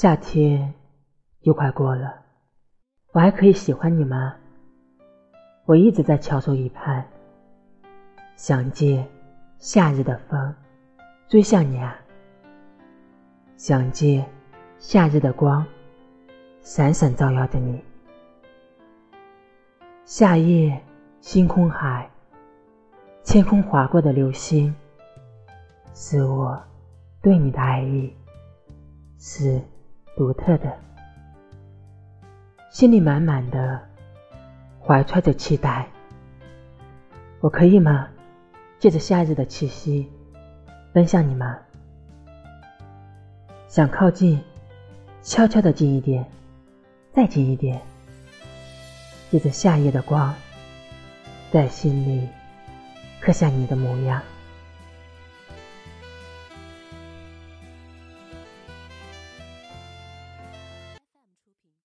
夏天又快过了，我还可以喜欢你吗？我一直在翘首以盼，想借夏日的风追向你啊，想借夏日的光闪闪照耀着你。夏夜星空海，天空划过的流星，是我对你的爱意，是独特的，心里满满的怀揣着期待。我可以吗？借着夏日的气息奔向你吗？想靠近，悄悄地近一点，再近一点，借着夏夜的光，在心里刻下你的模样。